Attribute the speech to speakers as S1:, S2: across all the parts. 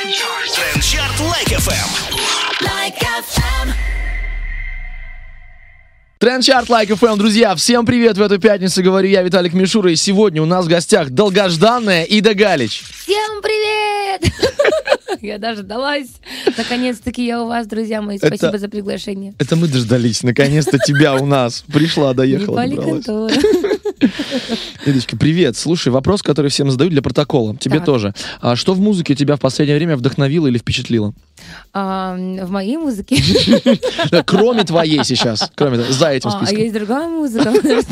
S1: Трендчарт Like FM.
S2: Like FM.
S3: Трендчарт Like FM, друзья, всем привет в эту пятницу, говорю я, Виталик Мишура, и сегодня у нас в гостях долгожданная Ида Галич.
S4: Всем привет! Я дождалась. Наконец-таки я у вас, друзья мои. Спасибо за приглашение.
S3: Это мы дождались, наконец-то тебя у нас. Пришла, доехала, добралась. Идочка, привет. Слушай, вопрос, который всем задают для протокола. Тебе тоже. А что в музыке тебя в последнее время вдохновило или впечатлило?
S4: В моей музыке.
S3: Кроме твоей сейчас. Кроме за этим списком.
S4: А есть другая музыка?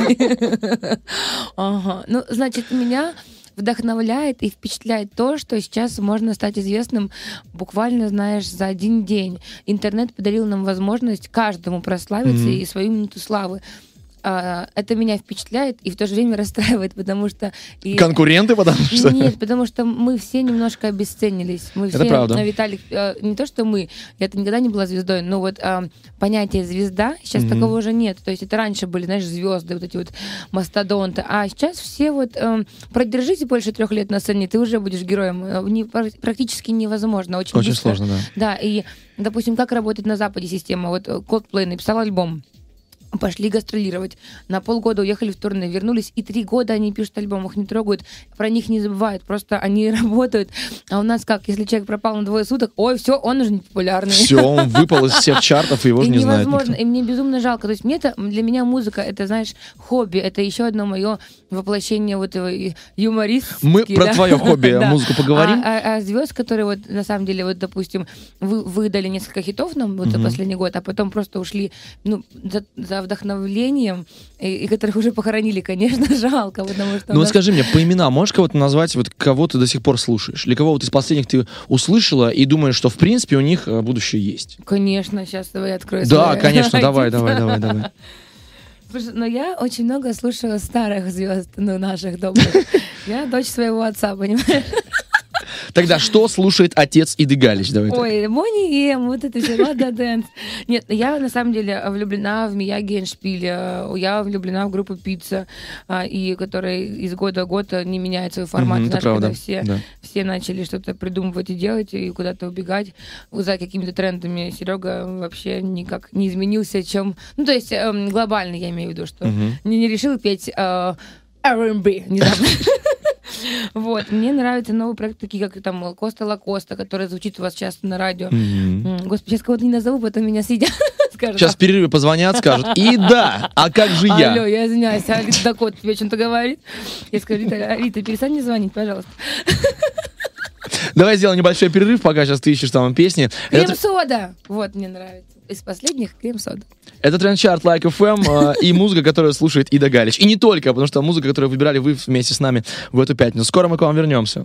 S4: Ага. Ну, значит, меня вдохновляет и впечатляет то, что сейчас можно стать известным буквально, знаешь, за один день. Интернет подарил нам возможность каждому прославиться и свою минуту славы. Это меня впечатляет и в то же время расстраивает, потому что...
S3: Конкуренты, потому что...
S4: Нет, потому что мы все немножко обесценились. Мы
S3: это
S4: все,
S3: правда.
S4: Виталик, не то, что мы, я-то никогда не была звездой, но вот понятие звезда, сейчас такого уже нет. То есть это раньше были, знаешь, звезды, вот эти вот мастодонты, а сейчас все вот... продержись больше 3 лет на сцене, ты уже будешь героем. Практически невозможно. Очень быстро.
S3: Сложно, да.
S4: Да, и, допустим, как работает на Западе система. Вот Coldplay написал альбом, пошли гастролировать. На полгода уехали в турне, вернулись, и 3 года они пишут альбом, их не трогают, про них не забывают, просто они работают. А у нас как, если человек пропал на 2 суток, ой, все, он уже не популярный.
S3: Все, он выпал из всех чартов, и его не знает никто.
S4: И мне безумно жалко. То есть для меня музыка, это, знаешь, хобби, это еще одно мое воплощение вот юмористки.
S3: Мы про твое хобби, музыку поговорим.
S4: А звезд, которые вот, на самом деле, вот, допустим, выдали несколько хитов нам вот за последний год, а потом просто ушли, за вдохновлением, и которых уже похоронили, конечно, жалко, потому что...
S3: Ну, скажи мне, по именам можешь кого-то назвать, вот кого ты до сих пор слушаешь? Или кого вот из последних ты услышала и думаешь, что, в принципе, у них будущее есть?
S4: Конечно, сейчас давай открою.
S3: Да, конечно, давай.
S4: Слушай, но я очень много слушаю старых звезд, наших добрых. Я дочь своего отца, понимаешь?
S3: Тогда что слушает отец Иды Галич? Давай.
S4: Ой, Мони М, вот это все, Лада Дэнс. Нет, я на самом деле влюблена в Мияги Эндшпиль, я влюблена в группу Пицца, и которая из года в год не меняет свой формат. Знаешь, когда все начали что-то придумывать и делать, и куда-то убегать за какими-то трендами. Серега вообще никак не изменился, чем... Ну, то есть глобально, я имею в виду, что не решил петь R&B, не знаю. Вот, мне нравятся новые проекты, такие как там Коста Лакоста, который звучит у вас часто на радио. Господи, сейчас кого-то не назову, потом меня съедят.
S3: Сейчас в перерыве позвонят, скажут: и да, а как же я?
S4: Алло, я извиняюсь, а Дакот тебе что-то говорит? Я скажу: Рита, перестань мне звонить, пожалуйста.
S3: Давай сделаем небольшой перерыв, пока сейчас ты ищешь там песни.
S4: Крем-сода! Вот, мне нравится. Из последних крем-сода.
S3: Это Трендчарт Like FM и музыка, которую слушает Ида Галич. И не только, потому что музыка, которую выбирали вы вместе с нами в эту пятницу. Скоро мы к вам вернемся.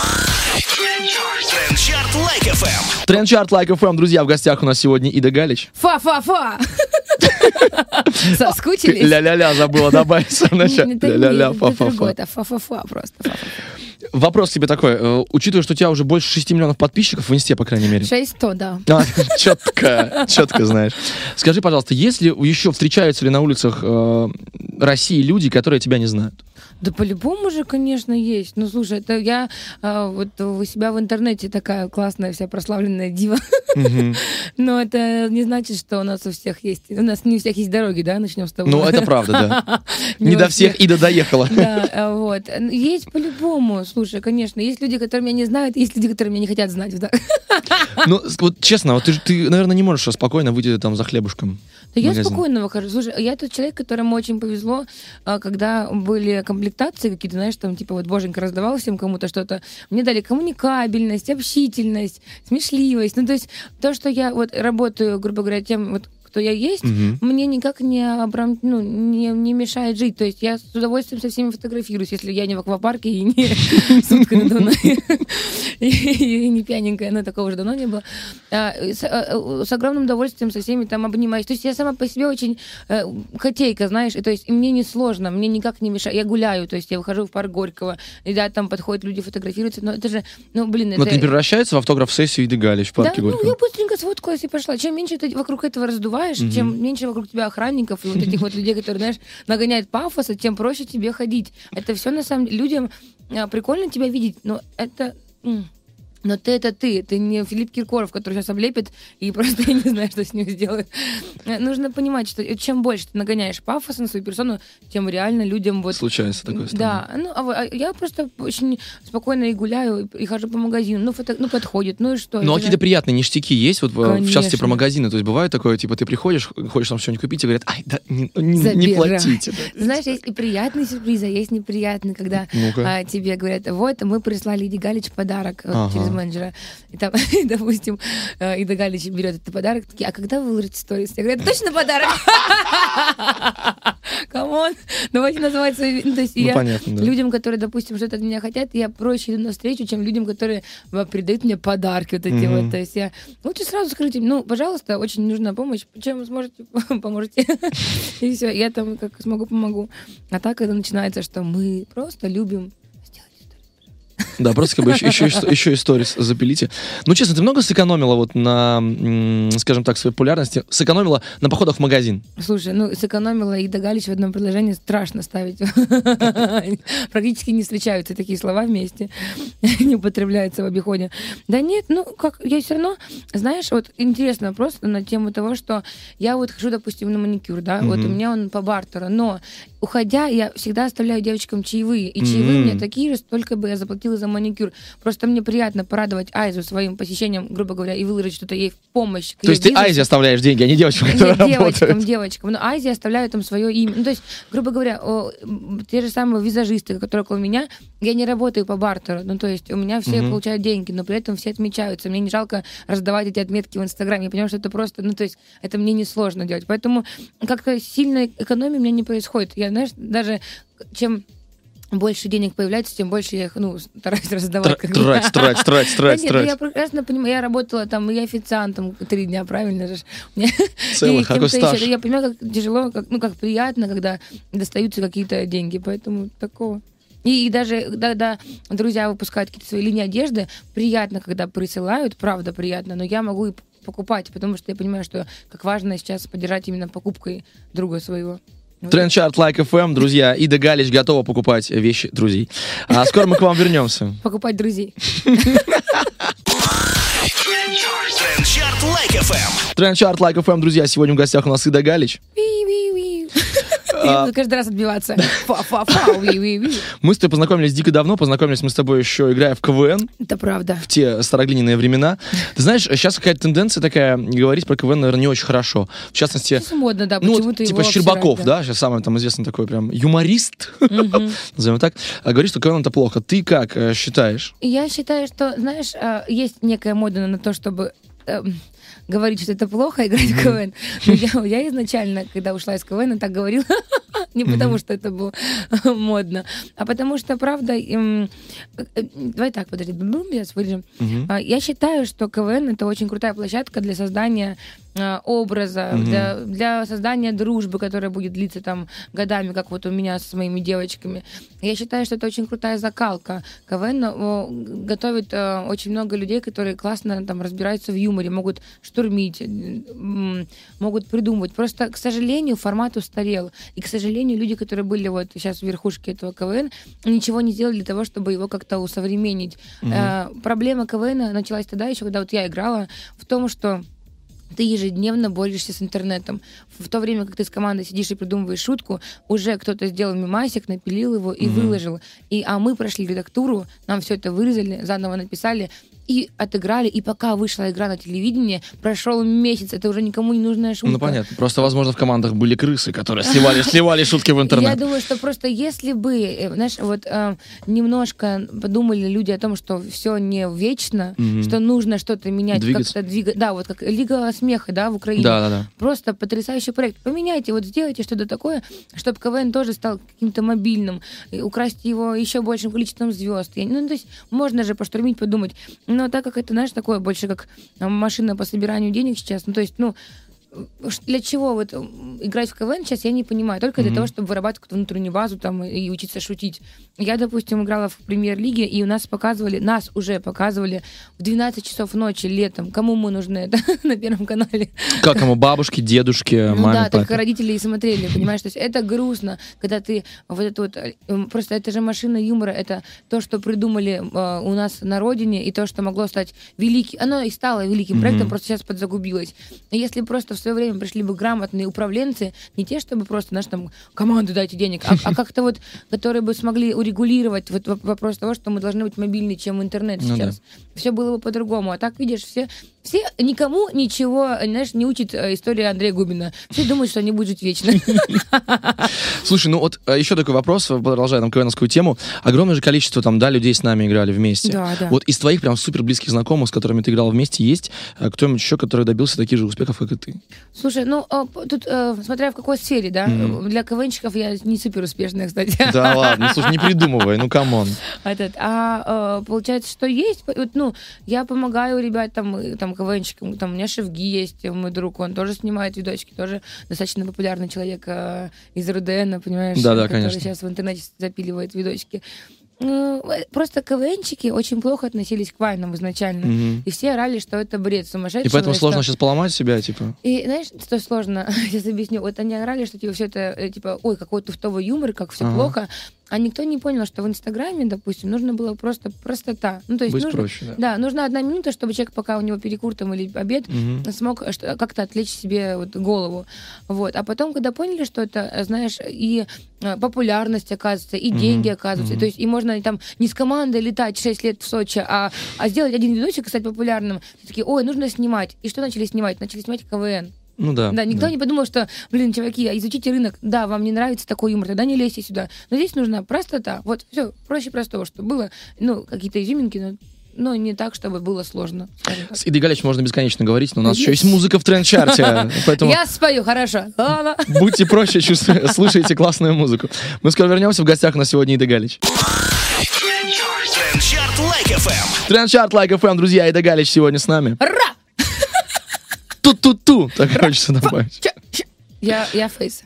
S1: Трендчарт Like FM.
S3: Трендчарт Like FM, друзья, в гостях у нас сегодня Ида Галич.
S4: Фа-фа-фа! Соскучились?
S3: Ля-ля-ля, забыла добавить в самом начале. Ля-ля-ля, фа-фа-фа.
S4: Это фа-фа-фа просто.
S3: Вопрос тебе такой. Учитывая, что у тебя уже больше 6 миллионов подписчиков в Инсте, по крайней мере.
S4: 600, да.
S3: Четко знаешь. Скажи, пожалуйста, еще встречаются ли на улицах России люди, которые тебя не знают?
S4: Да по-любому же, конечно, есть. Ну, слушай, это я вот у себя в интернете такая классная вся прославленная дива. Но это не значит, что у нас у всех есть... У нас не у всех есть дороги, да? Начнем с того.
S3: Ну, это правда, да. Не до всех Ида доехала.
S4: Да, вот. Есть по-любому. Слушай, конечно, есть люди, которые меня не знают, есть люди, которые меня не хотят знать.
S3: Ну, вот честно, вот ты, наверное, не можешь спокойно выйти там за хлебушком.
S4: Да я спокойно выхожу. Слушай, я тот человек, которому очень повезло, когда были комплектации какие-то, знаешь, там, типа, вот Боженька раздавал всем кому-то что-то. Мне дали коммуникабельность, общительность, смешливость. Ну, то есть то, что я вот работаю, грубо говоря, тем, вот, кто я есть, мне никак не мешает жить. То есть я с удовольствием со всеми фотографируюсь, если я не в аквапарке и не с уткой надо мной, и не пьяненькая, но такого уже давно не было. С огромным удовольствием со всеми там обнимаюсь. То есть я сама по себе очень хотейка, знаешь, и то есть мне не сложно, мне никак не мешает. Я гуляю, то есть я выхожу в парк Горького, и да, там подходят люди, фотографируются, но это же,
S3: Но это не превращается в автограф-сессию Иды Галич в парке Горького?
S4: Да, я быстренько сфоткалась и пошла. Чем меньше ты вокруг этого раздуваешь, чем меньше вокруг тебя охранников и вот этих вот людей, которые, знаешь, нагоняют пафоса, тем проще тебе ходить. Это все на самом деле. Людям прикольно тебя видеть, но это... Но ты не Филипп Киркоров, который сейчас облепит и просто я не знаю, что с ним сделают. Нужно понимать, что чем больше ты нагоняешь пафоса на свою персону, тем реально людям вот...
S3: Случается такое.
S4: Да, я просто очень спокойно и гуляю, и хожу по магазину, подходит, ну и что?
S3: Ну, а какие-то приятные ништяки есть, вот в частности про
S4: Конечно.
S3: магазины, то есть бывает такое, типа, ты приходишь, хочешь там что-нибудь купить, и говорят, ай, да, не платите. Да.
S4: Знаешь, есть и приятные сюрпризы, а есть неприятные, когда
S3: Ну-ка.
S4: тебе говорят, вот, мы прислали Иде Галич подарок через менеджера. И там, допустим, Ида Галич берет этот подарок, такие, а когда вы выложите сторис? Я говорю, это точно подарок? Камон, давайте называть свои... Ну, то есть я
S3: понятно, да.
S4: людям, которые, допустим, что-то от меня хотят, я проще иду навстречу, чем людям, которые передают мне подарки вот эти вот. То есть я лучше сразу скажите, ну, пожалуйста, очень нужна помощь, чем сможете, поможете. И все, я там как смогу, помогу. А так, когда начинается, что мы просто любим...
S3: Да, просто как бы еще и сторис запилите. Ну, честно, ты много сэкономила вот на, скажем так, своей популярности? Сэкономила на походах в магазин?
S4: Слушай, ну, сэкономила Ида Галич в одном предложении, страшно ставить. Практически не встречаются такие слова вместе, не употребляются в обиходе. Да нет, ну, как, я все равно, знаешь, вот интересный вопрос на тему того, что я вот хожу, допустим, на маникюр, да, вот у меня он по бартеру, но уходя, я всегда оставляю девочкам чаевые, и чаевые у меня такие же, столько бы я заплатила за маникюр. Просто мне приятно порадовать Айзу своим посещением, грубо говоря, и выложить что-то ей в помощь.
S3: То есть ты Айзе оставляешь деньги, а не девочкам, которые работают?
S4: Девочкам. Но Айзе оставляю там свое имя. Ну, то есть, грубо говоря, те же самые визажисты, которые около меня, я не работаю по бартеру. Ну, то есть у меня все получают деньги, но при этом все отмечаются. Мне не жалко раздавать эти отметки в Инстаграме. Я понимаю, что это просто, ну, то есть это мне несложно делать. Поэтому как-то сильной экономии у меня не происходит. Я, знаешь, даже чем больше денег появляется, тем больше я их, ну, стараюсь раздавать.
S3: Трать.
S4: Я прекрасно понимаю, я работала там и официантом 3 дня, правильно же?
S3: Целый, какой стаж.
S4: Я понимаю, как тяжело, как приятно, когда достаются какие-то деньги, поэтому такого. И даже когда друзья выпускают какие-то свои линии одежды, приятно, когда присылают, правда приятно, но я могу и покупать, потому что я понимаю, что как важно сейчас поддержать именно покупкой друга своего.
S3: Трендчарт Like FM, друзья. Ида Галич готова покупать вещи друзей. А скоро мы к вам вернемся.
S4: Покупать друзей.
S1: Трендчарт Like FM.
S3: Трендчарт Like FM, друзья. Сегодня в гостях у нас Ида Галич.
S4: Я буду каждый раз отбиваться.
S3: Мы с тобой познакомились дико давно. Познакомились мы с тобой еще, играя в КВН.
S4: Это правда.
S3: В те староглиняные времена. Ты знаешь, сейчас какая-то тенденция такая, говорить про КВН, наверное, не очень хорошо. В частности...
S4: Сейчас модно, да,
S3: ну,
S4: почему-то
S3: типа
S4: его
S3: Щербаков,
S4: обсирают,
S3: да, сейчас самый там известный такой прям юморист, назовем так, говорит, что КВН это плохо. Ты как считаешь?
S4: Я считаю, что, знаешь, есть некая мода на то, чтобы говорить, что это плохо, играть в КВН. Но я изначально, когда ушла из КВН, так говорила, не потому что это было модно, а потому что, правда, давай так, подожди, сейчас вырежем. Я считаю, что КВН — это очень крутая площадка для создания образа, для создания дружбы, которая будет длиться там годами, как вот у меня с моими девочками. Я считаю, что это очень крутая закалка. КВН готовит очень много людей, которые классно там разбираются в юморе, могут штурмить, могут придумывать. Просто, к сожалению, формат устарел. И, к сожалению, люди, которые были вот сейчас в верхушке этого КВН, ничего не сделали для того, чтобы его как-то усовременить. Проблема КВН началась тогда еще, когда вот я играла, в том, что ты ежедневно борешься с интернетом. В то время, как ты с командой сидишь и придумываешь шутку, уже кто-то сделал мемасик, напилил его и выложил. А мы прошли редактуру, нам все это вырезали, заново написали и отыграли. И пока вышла игра на телевидении, прошел месяц, это уже никому не нужная шутка.
S3: Ну, понятно. Просто, возможно, в командах были крысы, которые сливали шутки в интернет.
S4: Я думаю, что просто если бы, знаешь, вот немножко подумали люди о том, что все не вечно, что нужно что-то менять, как-то двигать. Да, вот как Лига смеха, да, в Украине.
S3: Да.
S4: Просто потрясающий проект. Поменяйте, вот сделайте что-то такое, чтобы КВН тоже стал каким-то мобильным, украсть его еще большим количеством звезд. Ну, то есть можно же поштурмить, подумать. Но так как это, знаешь, такое больше как машина по собиранию денег сейчас, ну, то есть, ну, для чего вот играть в КВН сейчас, я не понимаю. Только для того, чтобы вырабатывать какую-то внутреннюю базу там и учиться шутить. Я, допустим, играла в премьер-лиге, и нас уже показывали в 12 часов ночи летом. Кому мы нужны это на Первом канале?
S3: Как кому? Бабушки, дедушки,
S4: Ну
S3: маме,
S4: да,
S3: папе?
S4: только родители и смотрели, понимаешь? То есть это грустно, когда ты вот это вот... Просто это же машина юмора, это то, что придумали у нас на родине, и то, что могло стать великим... Оно и стало великим проектом, просто сейчас подзагубилось. И если просто в свое время пришли бы грамотные управленцы, не те, чтобы просто, знаешь, там, команду дайте денег, а как-то вот, которые бы смогли урегулировать вот вопрос того, что мы должны быть мобильнее, чем интернет сейчас. Все было бы по-другому. А так, видишь, все никому ничего, знаешь, не учит история Андрея Губина. Все думают, что они будут жить вечно.
S3: Слушай, ну вот еще такой вопрос, продолжая там КВНовскую тему. Огромное же количество там, да, людей с нами играли вместе.
S4: Да.
S3: Вот из твоих прям супер близких знакомых, с которыми ты играл вместе, есть кто-нибудь еще, который добился таких же успехов, как и ты?
S4: Слушай, ну, тут, смотря в какой сфере, да, для КВНщиков я не супер успешная, кстати.
S3: Да ладно, слушай, не придумывай, ну камон.
S4: Получается, что есть, ну, я помогаю ребят, там КВНщикам, там у меня Шевги есть, мой друг, он тоже снимает видосики, тоже достаточно популярный человек из РУДН, понимаешь,
S3: Да,
S4: который
S3: конечно.
S4: сейчас в интернете запиливает видосики. Просто КВНчики очень плохо относились к вайнам изначально. И все орали, что это бред сумасшедший.
S3: И поэтому сложно сейчас поломать себя, типа?
S4: И знаешь, что сложно? Сейчас объясню. Вот они орали, что типа все это, типа, ой, какой туфтовый юмор, как все плохо. А никто не понял, что в Инстаграме, допустим, нужно было просто простота. Ну, то есть
S3: Быть проще, да.
S4: Да, нужна 1 минута, чтобы человек, пока у него перекур там или обед, смог как-то отвлечь себе вот голову. Вот. А потом, когда поняли, что это, знаешь, и популярность, оказывается, и деньги, оказываются. То есть и можно там не с командой летать 6 лет в Сочи, а сделать один видосик и стать популярным. Все такие, ой, нужно снимать. И что начали снимать? Начали снимать КВН.
S3: Ну да.
S4: Да, никто не подумал, что, чуваки, изучите рынок. Да, вам не нравится такой юмор, тогда не лезьте сюда. Но здесь нужна простота. Вот, все, проще простого, чтобы было, какие-то изюминки, но не так, чтобы было сложно.
S3: С Идой Галич можно бесконечно говорить, но у нас еще есть музыка в тренд-чарте, поэтому...
S4: Я спою, хорошо.
S3: Будьте проще, слушайте классную музыку. Мы скоро вернемся, в гостях на сегодня Ида Галич.
S1: Трендчарт Like FM.
S3: Тренд-чарт Like FM, друзья, Ида Галич сегодня с нами.
S4: Ра!
S3: Ту-ту-ту, так хочется добавить.
S4: Я фейс.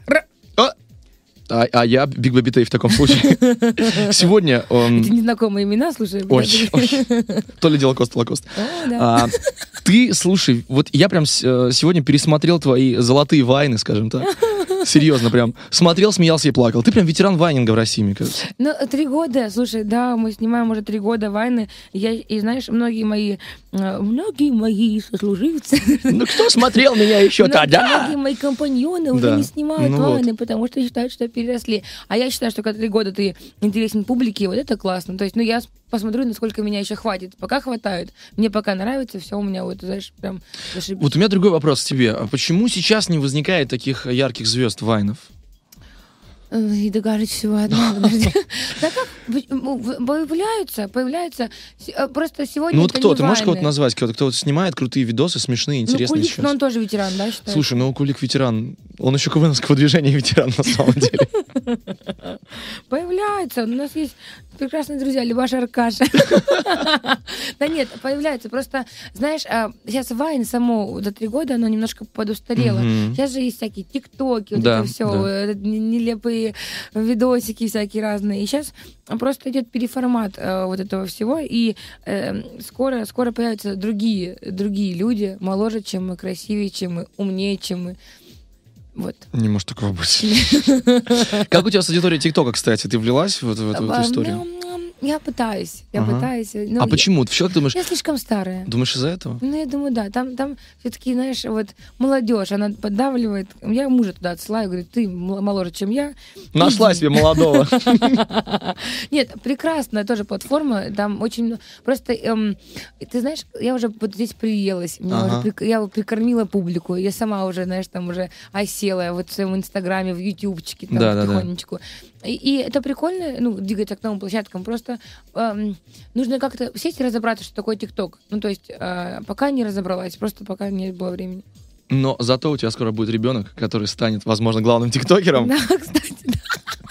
S3: А я Биг Бэби Тей в таком случае. Сегодня...
S4: Эти незнакомые имена, слушай.
S3: Ой, то ли дело Кост Лакост.
S4: Да.
S3: Ты, слушай, вот я прям сегодня пересмотрел твои золотые вайны, скажем так. Серьезно, прям смотрел, смеялся и плакал. Ты прям ветеран вайнинга в России, мне кажется.
S4: 3 года, слушай, да, мы снимаем уже 3 года вайны. И знаешь, многие мои сослуживцы...
S3: Ну кто смотрел меня еще тогда?
S4: Многие мои компаньоны уже не снимают вайны, потому что считают, что переросли. А я считаю, что когда 3 года ты интересен публике, вот это классно. То есть, я посмотрю, насколько меня еще хватит. Пока хватает. Мне пока нравится, все у меня вот, знаешь, прям зашибись.
S3: Вот у меня другой вопрос к тебе. А почему сейчас не возникает таких ярких звезд вайнов?
S4: И догадываюсь всего одна, подожди. Да как? Появляются. Просто сегодня
S3: Ну вот
S4: это
S3: кто?
S4: не
S3: Ты можешь
S4: вайны.
S3: кого-то назвать? Кто вот снимает крутые видосы, смешные, интересные
S4: Кулик,
S3: сейчас?
S4: но он тоже ветеран, да, считаешь?
S3: Слушай, Кулик ветеран. Он еще КВНовского движения ветеран на самом деле.
S4: Появляется. У нас есть прекрасные друзья, Леваша, Аркаша. Да нет, появляется. Просто, знаешь, сейчас вайн само за 3 года, оно немножко подустарело. Сейчас же есть всякие тиктоки, вот это все, нелепые видосики всякие разные. И сейчас просто идет переформат вот этого всего, и скоро появятся другие люди, моложе, чем мы, красивее, чем мы, умнее, чем мы. Вот.
S3: Не может такого быть. Как у тебя с аудиторией ТикТока, кстати? Ты влилась в эту историю?
S4: Я пытаюсь.
S3: А почему? Ты что, думаешь?
S4: Я слишком старая.
S3: Думаешь из-за этого?
S4: Я думаю, да. Там все-таки, знаешь, вот молодежь, она поддавливает. Я мужа туда отсылаю, говорю, ты моложе, чем я.
S3: Нашла себе молодого.
S4: Нет, прекрасная тоже платформа. Там очень... Просто, ты знаешь, я уже вот здесь приелась. Я прикормила публику. Я сама уже, знаешь, там уже осела вот в своем Инстаграме, в Ютубчике там потихонечку. И это прикольно, двигаться к новым площадкам. Просто нужно как-то сесть и разобраться, что такое ТикТок. То есть пока не разобралась, просто пока не было времени.
S3: Но зато у тебя скоро будет ребенок, который станет, возможно, главным тиктокером.
S4: Да, кстати, да.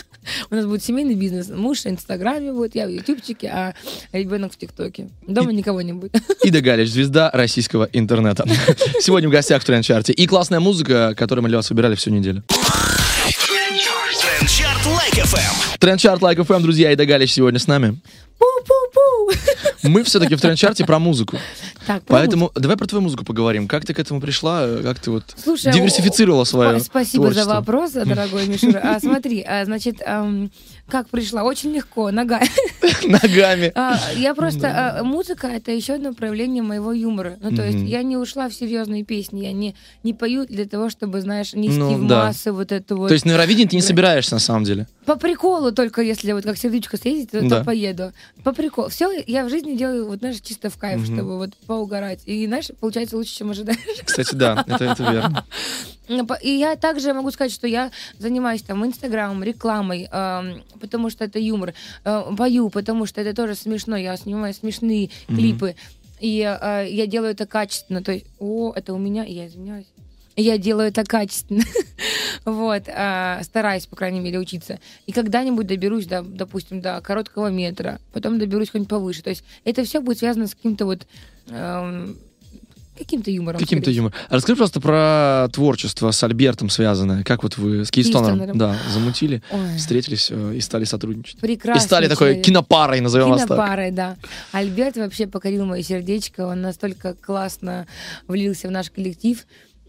S4: У нас будет семейный бизнес. Муж в Инстаграме будет, я в Ютубчике, а ребенок в ТикТоке. Дома никого не будет.
S3: Ида Галич, звезда российского интернета. Сегодня в гостях в Тренд-чарте. И классная музыка, которую мы для вас выбирали всю неделю.
S1: Тренд-чарт Like FM.
S3: Тренд-чарт Like FM, друзья, Ида Галич сегодня с нами.
S4: Пу-пу-пу.
S3: Мы все-таки в тренд-чарте про музыку.
S4: Так,
S3: Поэтому давай про твою музыку поговорим. Как ты к этому пришла? Как ты вот
S4: Слушай,
S3: диверсифицировала свое
S4: Спасибо
S3: творчество?
S4: за вопрос, дорогой Мишура. Смотри, значит, как пришла? Очень легко, ногами.
S3: Ногами.
S4: Я просто... Музыка — это еще одно проявление моего юмора. Ну, то есть я не ушла в серьезные песни, я не пою для того, чтобы, знаешь, нести в массы вот это вот.
S3: То есть на Евровидение ты не собираешься, на самом деле?
S4: По приколу только, если вот как сердечко съездить, то поеду. По приколу. Все я в жизни делаю, вот, знаешь, чисто в кайф, чтобы вот поугарать. И, знаешь, получается лучше, чем ожидаешь.
S3: Кстати, да, это верно.
S4: И я также могу сказать, что я занимаюсь там Инстаграмом, рекламой, потому что это юмор. Пою, потому что это тоже смешно. Я снимаю смешные клипы. И я делаю это качественно. То есть, это у меня, я извиняюсь. Я делаю это качественно. Вот. Стараюсь, по крайней мере, учиться. И когда-нибудь доберусь, допустим, до короткого метра. Потом доберусь куда-нибудь повыше. То есть это все будет связано с каким-то вот... Каким-то юмором.
S3: Каким-то юмором. Расскажи просто про творчество с Альбертом связанное. Как вот вы с Кейстонером замутили, встретились и стали сотрудничать.
S4: Прекрасно.
S3: И стали такой кинопарой, назовем вас так.
S4: Кинопарой, да. Альберт вообще покорил мое сердечко. Он настолько классно влился в наш коллектив.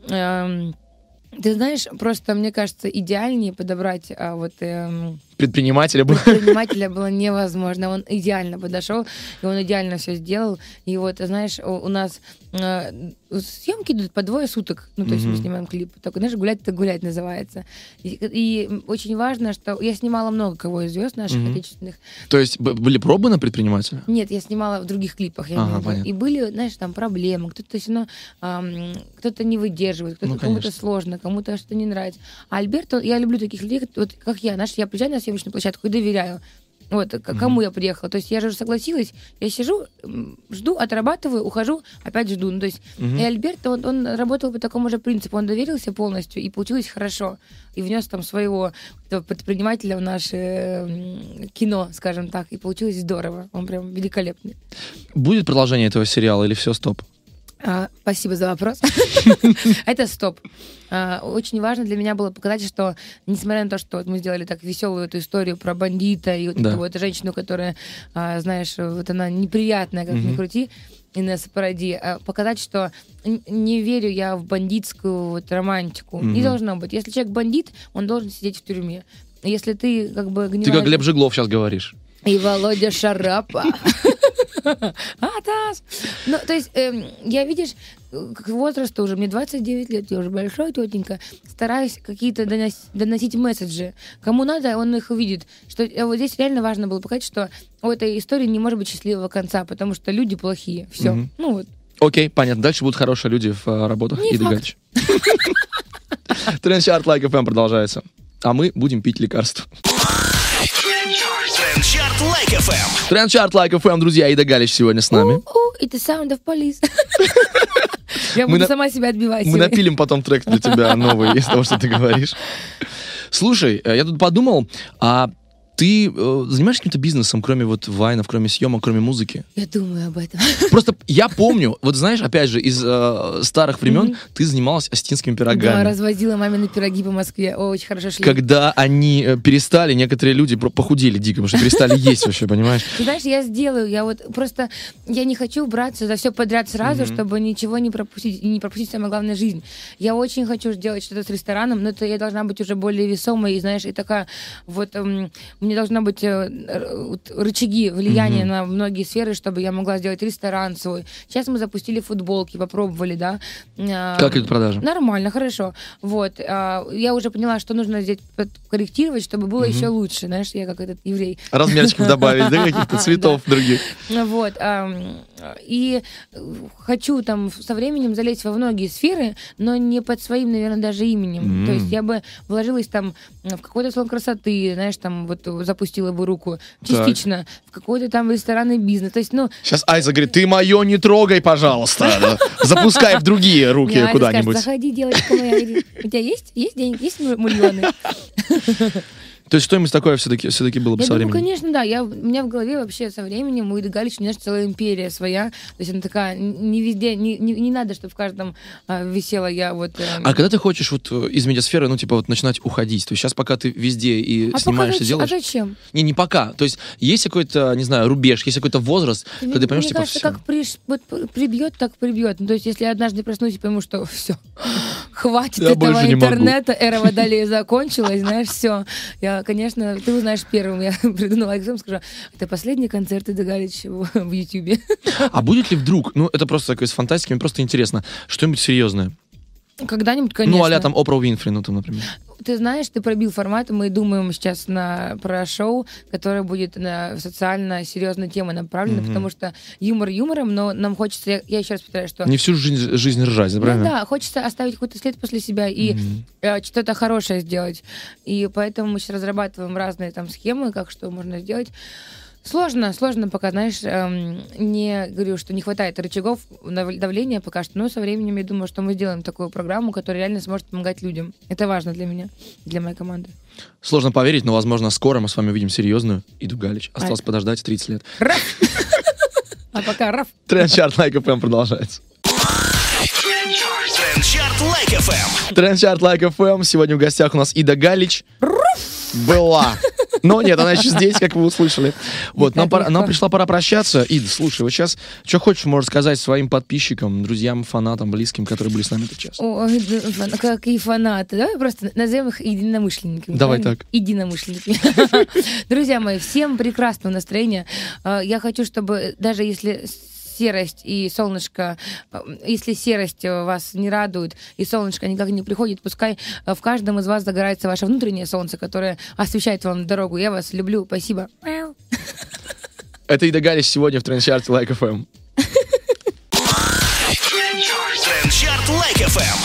S4: Ты знаешь, просто, мне кажется, идеальнее подобрать
S3: предпринимателя
S4: было невозможно. Он идеально подошел, и он идеально все сделал. И вот, знаешь, у нас съемки идут по 2 суток. Ну, то есть мы снимаем клип. Такой, знаешь, гулять-то гулять называется. И очень важно, что я снимала много кого из звезд наших отечественных.
S3: То есть были пробы на предпринимателя?
S4: Нет, я снимала в других клипах. И были, знаешь, там проблемы. Кто-то все равно, кто-то не выдерживает, кому-то сложно, кому-то что-то не нравится. А Альберт, я люблю таких людей, вот как я. Знаешь, я приезжаю на съемочную площадку и доверяю. Вот, кому я приехала. То есть я же уже согласилась, я сижу, жду, отрабатываю, ухожу, опять жду. Ну, то есть и Альберт, он работал по такому же принципу, он доверился полностью, и получилось хорошо. И внес там своего предпринимателя в наше кино, скажем так, и получилось здорово. Он прям великолепный.
S3: Будет продолжение этого сериала или все, стоп?
S4: Спасибо за вопрос. Это стоп. Очень важно для меня было показать, что, несмотря на то, что мы сделали так веселую эту историю про бандита и вот эту вот женщину, которая, знаешь, вот она неприятная, как ни крути, Инесса Паради, показать, что не верю я в бандитскую вот романтику. Не должно быть. Если человек бандит, он должен сидеть в тюрьме. Если ты как бы гневаешь...
S3: Ты как Глеб Жиглов сейчас говоришь.
S4: И Володя Шарапа. Ну, то есть, я, видишь, к возрасту уже, мне 29 лет, я уже большой тетенька, стараюсь какие-то доносить месседжи. Кому надо, он их увидит. Что вот здесь реально важно было показать, что у этой истории не может быть счастливого конца, потому что люди плохие. Все. Ну вот.
S3: Окей, понятно. Дальше будут хорошие люди в работах. Ида Галич. Тренд-чарт Like FM продолжается. А мы будем пить лекарства.
S1: Тренд-чарт Like FM.
S3: Тренд-чарт Like FM, друзья, Ида Галич сегодня с нами.
S4: Это Sound of Police. Я буду сама себя отбивать.
S3: Мы напилим потом трек для тебя новый из того, что ты говоришь. Слушай, я тут подумал, ты занимаешься каким-то бизнесом, кроме вот вайнов, кроме съемок, кроме музыки?
S4: Я думаю об этом.
S3: Просто я помню, вот знаешь, опять же, из старых времен ты занималась осетинскими пирогами.
S4: Да, развозила мамины пироги по Москве. Очень хорошо шли.
S3: Когда они перестали, некоторые люди похудели дико, потому что перестали есть вообще, понимаешь?
S4: Ты знаешь, я сделаю, я не хочу браться за все подряд сразу, чтобы ничего не пропустить, и не пропустить, самое главное, жизнь. Я очень хочу сделать что-то с рестораном, но это я должна быть уже более весомой, и знаешь, и такая вот... Мне должны быть рычаги влияния на многие сферы, чтобы я могла сделать ресторан свой. Сейчас мы запустили футболки, попробовали, да.
S3: Как идут продажи?
S4: Нормально, хорошо. Вот. Я уже поняла, что нужно здесь корректировать, чтобы было еще лучше. Знаешь, я как этот еврей.
S3: Размерчиков добавить, да, каких-то цветов других.
S4: Вот. И хочу там со временем залезть во многие сферы, но не под своим, наверное, даже именем. То есть я бы вложилась там в какой-то салон красоты, знаешь, там вот запустила бы руку частично в какой-то там ресторанный бизнес. То есть,
S3: сейчас Айза говорит, ты мое не трогай, пожалуйста. Запускай в другие руки куда-нибудь.
S4: Заходи, девочка моя. У тебя есть деньги, есть миллионы?
S3: То есть что-нибудь такое все-таки было бы
S4: Я
S3: со
S4: думаю,
S3: временем?
S4: конечно, да. У меня в голове вообще со временем у Иды Галич, знаешь, целая империя своя. То есть она такая, не везде, не надо, чтобы в каждом висела я вот...
S3: А когда ты хочешь вот из медиасферы, ну, типа, вот начинать уходить? То есть сейчас пока ты везде и снимаешься, делаешь...
S4: А зачем?
S3: Не пока. То есть есть какой-то, не знаю, рубеж, есть какой-то возраст, когда ты понимаешь,
S4: Мне
S3: типа,
S4: кажется,
S3: все.
S4: как прибьет, так прибьет. Ну, то есть если я однажды проснусь и пойму, что все, хватит
S3: Я больше
S4: этого
S3: не могу.
S4: интернета, эра Водолея закончилась, знаешь, все. Я, конечно, ты узнаешь первым, я приду на лайк-зум, скажу, это последний концерт Иды Галич в Ютубе.
S3: А будет ли вдруг, ну, это просто такое из фантастики, мне просто интересно, что-нибудь серьезное?
S4: Когда-нибудь, конечно.
S3: Ну, а-ля там Опра Уинфри, ну, там, например.
S4: Ты знаешь, ты пробил формат, мы думаем сейчас про шоу, которое будет на социально серьезную тему направлено, потому что юмор юмором, но нам хочется, я еще раз повторяю, что...
S3: Не всю жизнь ржать,
S4: Ну
S3: правильно?
S4: да, хочется оставить какой-то след после себя и что-то хорошее сделать. И поэтому мы сейчас разрабатываем разные там схемы, как что можно сделать. Сложно пока, знаешь, не говорю, что не хватает рычагов давления пока что, но со временем я думаю, что мы сделаем такую программу, которая реально сможет помогать людям. Это важно для меня, для моей команды.
S3: Сложно поверить, но, возможно, скоро мы с вами увидим серьезную Иду Галич. Осталось подождать 30 лет.
S4: А пока раф.
S3: Тренд-чарт Like FM продолжается.
S1: Трендчарт Like FM.
S3: Тренд-чарт Like FM. Сегодня в гостях у нас Ида Галич. Была. Но нет, она еще здесь, как вы услышали. Вот, нам пришла пора прощаться. Ид, слушай, вот сейчас, что хочешь, можешь сказать своим подписчикам, друзьям, фанатам, близким, которые были с нами этот час?
S4: Ой, какие фанаты. Давай просто назовем их единомышленниками.
S3: Давай
S4: правильно?
S3: так.
S4: Единомышленниками. Друзья мои, всем прекрасного настроения. Я хочу, чтобы даже если серость и солнышко, если серость вас не радует и солнышко никак не приходит, пускай в каждом из вас загорается ваше внутреннее солнце, которое освещает вам дорогу. Я вас люблю. Спасибо.
S3: Это Ида Галич сегодня в Тренд-чарте Like FM.
S1: Трендчарт Like FM.